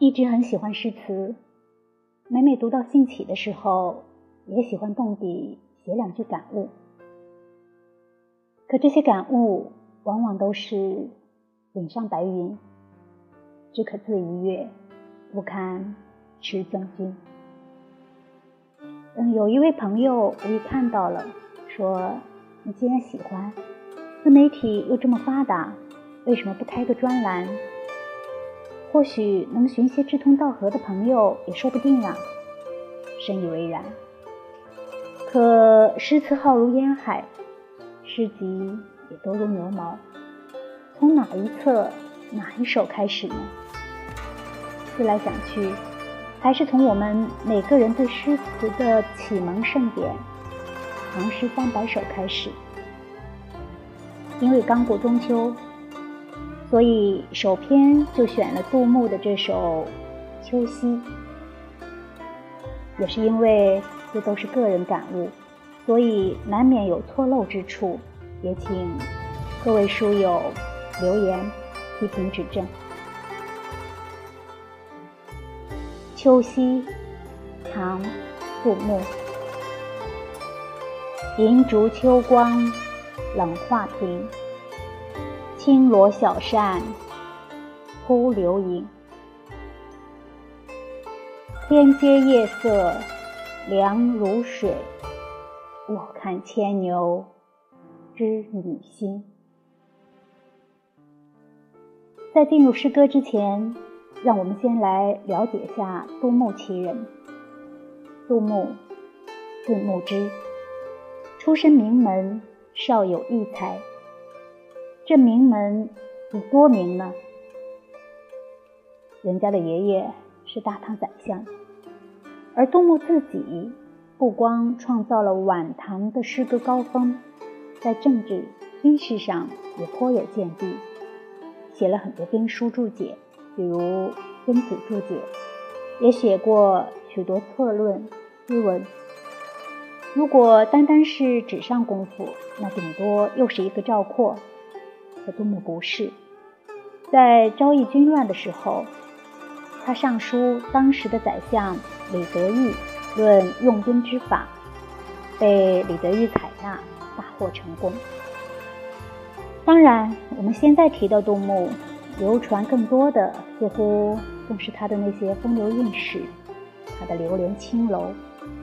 一直很喜欢诗词，每每读到兴起的时候，也喜欢动笔写两句感悟。可这些感悟往往都是脸上白云，只可自愉悦，不堪持赠君。有一位朋友无意看到了，说你既然喜欢，自媒体又这么发达，为什么不开个专栏？或许能寻些志同道合的朋友也说不定啊。深以为然。可诗词浩如烟海，诗集也多如牛毛，从哪一册哪一首开始呢？思来想去，还是从我们每个人对诗词的启蒙盛典唐诗300首开始。因为刚过中秋，所以首篇就选了杜牧的这首《秋夕》。也是因为这都是个人感悟，所以难免有错漏之处，也请各位书友留言批评指正。秋夕，唐·杜牧。银烛秋光冷画屏，轻罗小扇扑流萤。天阶夜色凉如水，我看牵牛织女星。在进入诗歌之前，让我们先来了解下杜牧其人。杜牧，字牧之，出身名门，少有异才。这名门有多名呢？人家的爷爷是大唐宰相，而杜牧自己不光创造了晚唐的诗歌高峰，在政治军事上也颇有见地，写了很多兵书注解，比如《孙子注解》，也写过许多策论诗文。如果单单是纸上功夫，那顶多又是一个赵括。可杜牧不是，在昭义军乱的时候，他上书当时的宰相李德裕论用兵之法，被李德裕采纳，大获成功。当然，我们现在提到杜牧，流传更多的似乎更是他的那些风流韵事，他的流连青楼，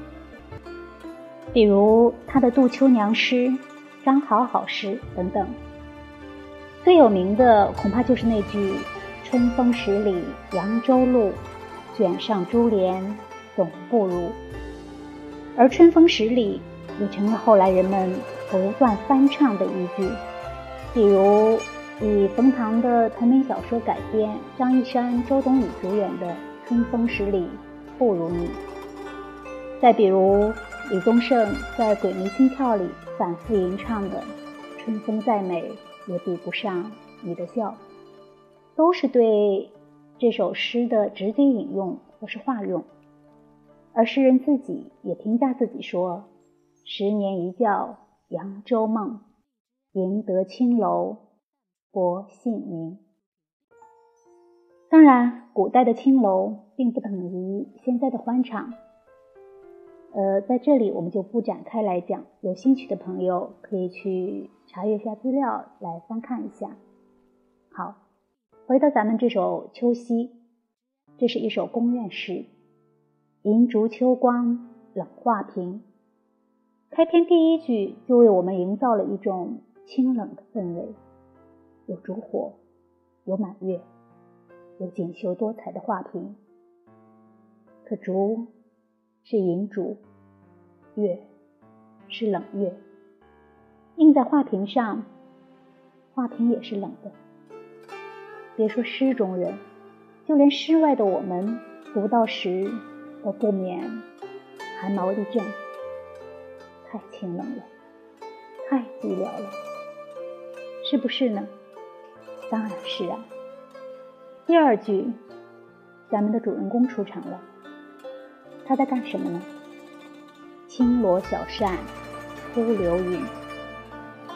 比如他的杜秋娘诗、张好好诗等等。最有名的恐怕就是那句春风十里扬州路，卷上珠帘总不如。而春风十里也成了后来人们不断翻唱的一句，比如以冯唐的同名小说改编，张一山、周董宇主演的《春风十里不如你》。再比如李宗盛在《鬼迷心窍》里反复吟唱的《春风再美也比不上你的笑》，都是对这首诗的直接引用或是化用。而诗人自己也评价自己说：10年一觉扬州梦，赢得青楼博姓名。当然，古代的青楼并不等于现在的欢场，在这里我们就不展开来讲，有兴趣的朋友可以去查阅一下资料来翻看一下。好，回到咱们这首《秋夕》，这是一首宫苑诗。银烛秋光冷画屏，开篇第一句就为我们营造了一种清冷的氛围，有烛火，有满月，有锦绣多彩的画屏。可烛是银烛，月是冷月，映在画屏上，画屏也是冷的。别说诗中人，就连诗外的我们读到时都不免汗毛一震，太清冷了，太寂寥了，是不是呢？当然是啊。第二句，咱们的主人公出场了，他在干什么呢？轻罗小扇扑流萤。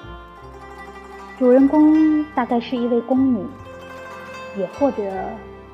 主人公大概是一位宫女，也或者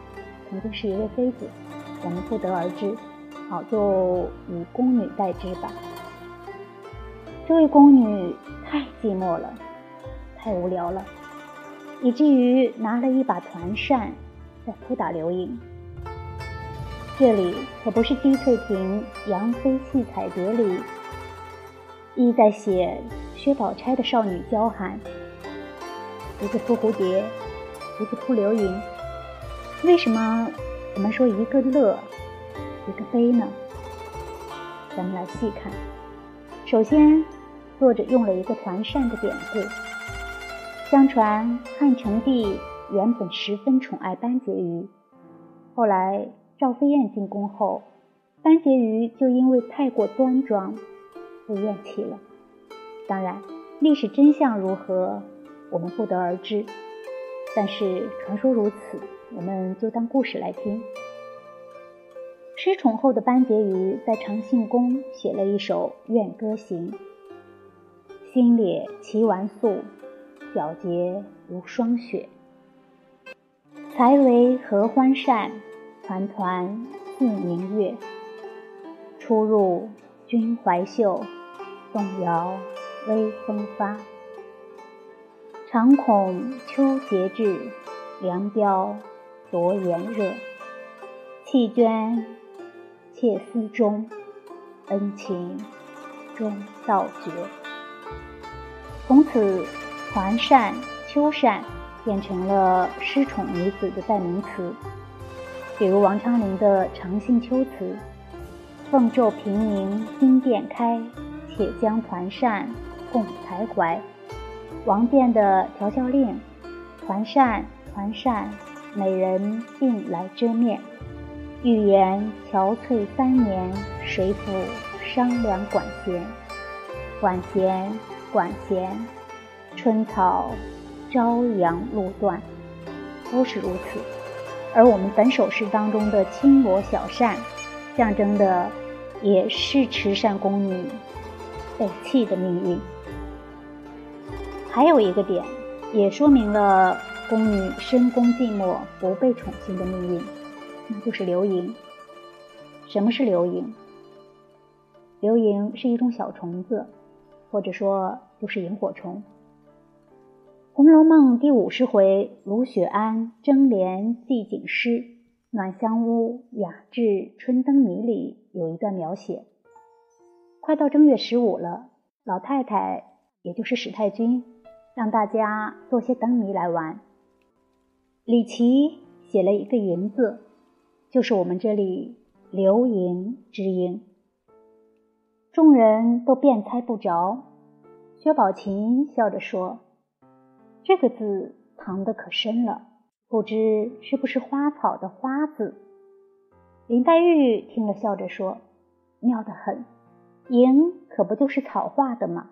曾经是一位妃子，我们不得而知，好，就以宫女代之吧。这位宫女太寂寞了，太无聊了，以至于拿了一把团扇在扑打刘盈。这里可不是姬翠萍《杨妃戏彩蝶》里意在写薛宝钗的少女娇憨，一个扑蝴蝶，一个扑刘盈。为什么我们说一个乐一个悲呢？咱们来细看。首先，作者用了一个团扇的典故。相传汉成帝原本十分宠爱班婕妤，后来赵飞燕进宫后，班婕妤就因为太过端庄被厌弃了。当然，历史真相如何，我们不得而知，但是传说如此，我们就当故事来听。失宠后的班婕妤在长信宫写了一首《怨歌行》：心裂齐完素，皎洁如霜雪。才为合欢扇，团团似明月。初入君怀袖，动摇微风发。常恐秋节至，凉标多炎热。弃捐妾思中，恩情终道绝。从此，团扇、秋扇变成了失宠女子的代名词。比如王昌龄的《长信秋词》：凤骤平明金殿开，且将团扇共才怀。王建的《调笑令》：团扇团扇，美人并来遮面。欲言憔悴3年，谁负商量管弦？管弦管弦，春草朝阳路断，都是如此。而我们本首诗当中的轻罗小扇，象征的也是持扇宫女被弃的命运。还有一个点，也说明了宫女深宫寂寞不被宠幸的命运，那就是流萤。什么是流萤？流萤是一种小虫子，或者说就是萤火虫。《红楼梦》第50回卢雪庵争莲寄景诗，暖香屋雅致春灯谜里有一段描写。快到正月15了，老太太也就是史太君让大家做些灯谜来玩。李琦写了一个萤字，就是我们这里流萤之萤。众人都辩猜不着，薛宝琴笑着说：这个字藏得可深了，不知是不是花草的花字。林黛玉听了笑着说：妙得很，萤可不就是草画的吗？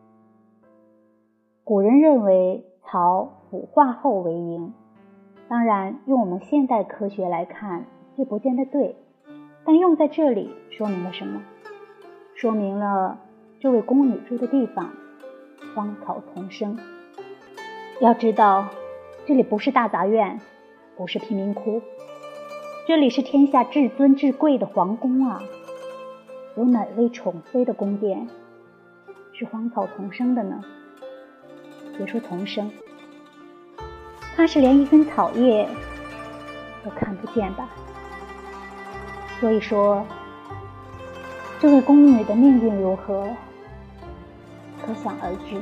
古人认为草腐化后为萤，当然用我们现代科学来看，这不见得对，但用在这里说明了什么？说明了这位宫女住的地方荒草丛生。要知道，这里不是大杂院，不是贫民窟，这里是天下至尊至贵的皇宫啊！有哪位宠妃的宫殿是荒草丛生的呢？别说丛生，怕是连一根草叶都看不见吧。所以说，这位宫女的命运如何，可想而知。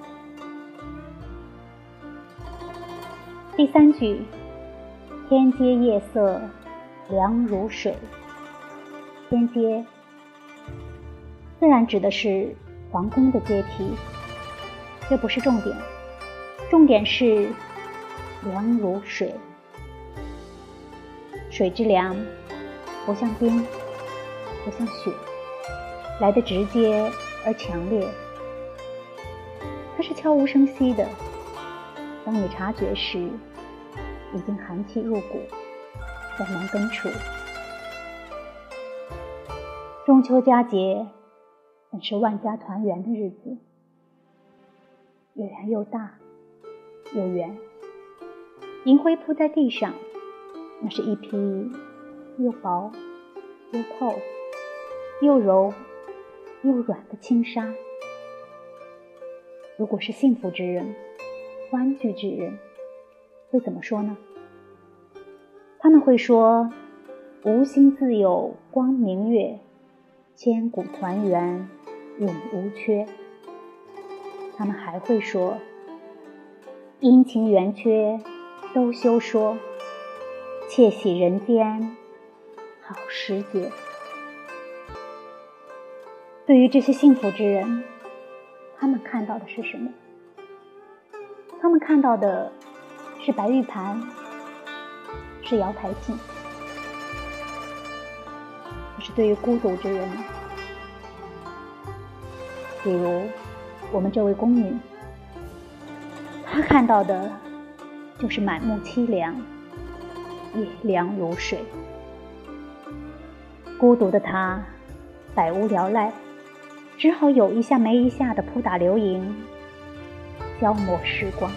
第3句，天阶夜色凉如水。天阶自然指的是皇宫的阶梯，这不是重点，重点是凉如水。水之凉，不像冰，不像雪，来得直接而强烈，它是悄无声息的，当你察觉时，已经寒气入骨，在门根处。中秋佳节本是万家团圆的日子，月亮又大又圆，银灰铺在地上， 那是一匹又薄又透又柔又软的轻纱。如果是幸福之人，欢聚之人，会怎么说呢？他们会说，无心自有光明月，千古团圆永无缺。他们还会说，阴晴圆缺都休说，且喜人间好时节。对于这些幸福之人，他们看到的是什么？他们看到的是白玉盘，是瑶台镜。可是对于孤独之人，比如我们这位宫女，她看到的就是满目凄凉，夜凉如水。孤独的她百无聊赖，只好有一下没一下的扑打流萤，消磨时光。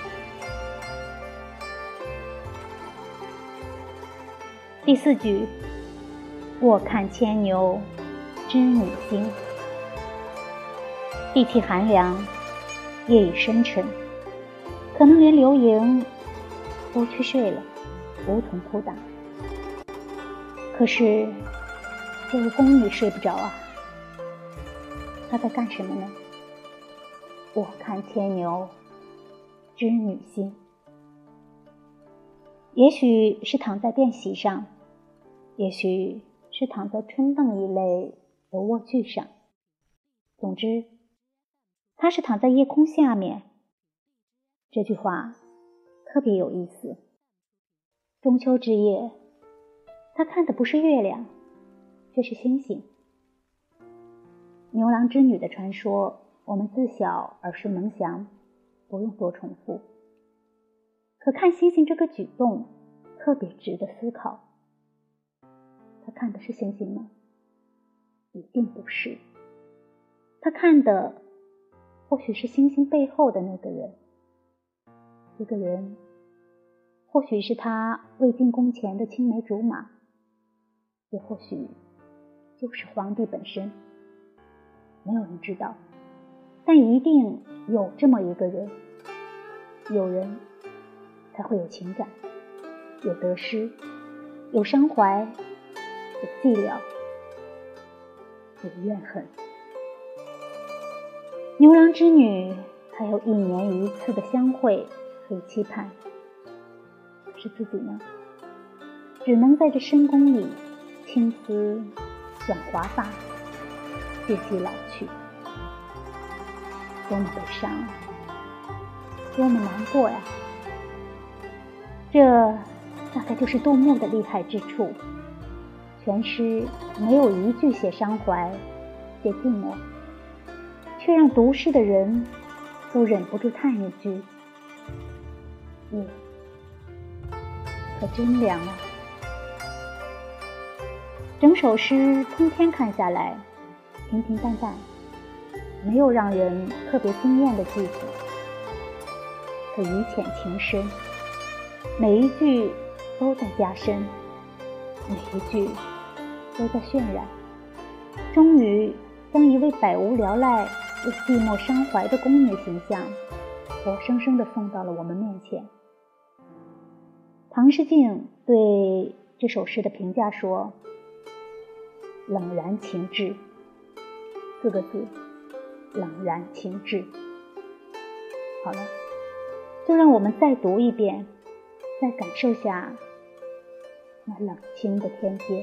第4句，卧看牵牛，织女星。地气寒凉，夜已深沉，可能连流萤都去睡了，无从扑打。可是这位宫女睡不着啊，她在干什么呢？卧看牵牛，织女星。也许是躺在便席上，也许是躺在春凳一类的卧具上，总之他是躺在夜空下面。这句话特别有意思。中秋之夜，他看的不是月亮，却是星星。牛郎织女的传说，我们自小耳熟能详，不用多重复。可看星星这个举动，特别值得思考。他看的是星星吗？一定不是。他看的或许是星星背后的那个人。这个人或许是他未进宫前的青梅竹马，也或许就是皇帝本身。没有人知道，但一定有这么一个人。有人才会有情感，有得失，有伤怀，有寂寥，有怨恨。牛郎织女还有1年1次的相会和期盼，可是自己呢，只能在这深宫里青丝短华发，渐渐老去。多么悲伤啊，多么难过呀！这大概就是杜牧的厉害之处，全诗没有一句写伤怀写寂寞，却让读诗的人都忍不住叹一句：夜可真凉啊！整首诗通篇看下来，平平淡淡，没有让人特别惊艳的句子，可语浅情深，每一句都在加深，每一句都在渲染，终于将一位百无聊赖又寂寞伤怀的宫女形象活生生地送到了我们面前。唐诗静对这首诗的评价说：冷然情致，4个字，冷然情致。好了，就让我们再读一遍，再感受下那冷清的天阶。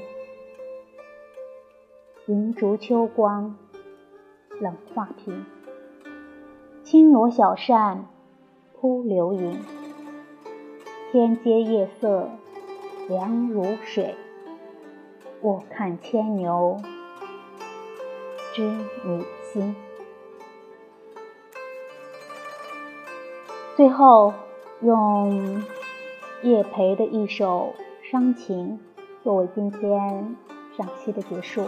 银烛秋光，冷画屏，轻罗小扇扑流萤。天阶夜色凉如水，卧看牵牛，织女星。最后用叶培的一首《伤情》作为今天赏析的结束。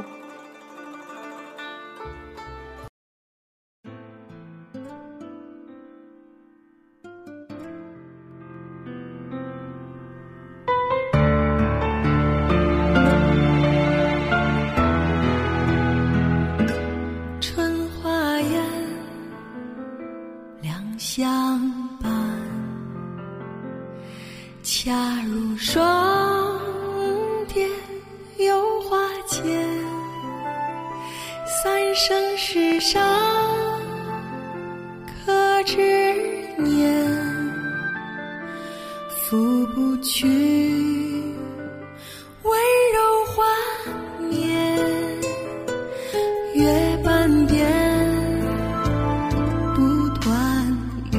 相伴。恰如霜蝶有花间，三生石上可知年。拂不去温柔画面，月半边不团圆。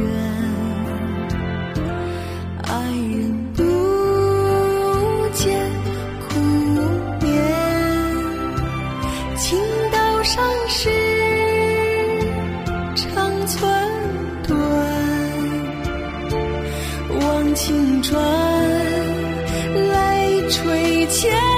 爱人不见苦面，情道上是长寸断。望青川来垂前。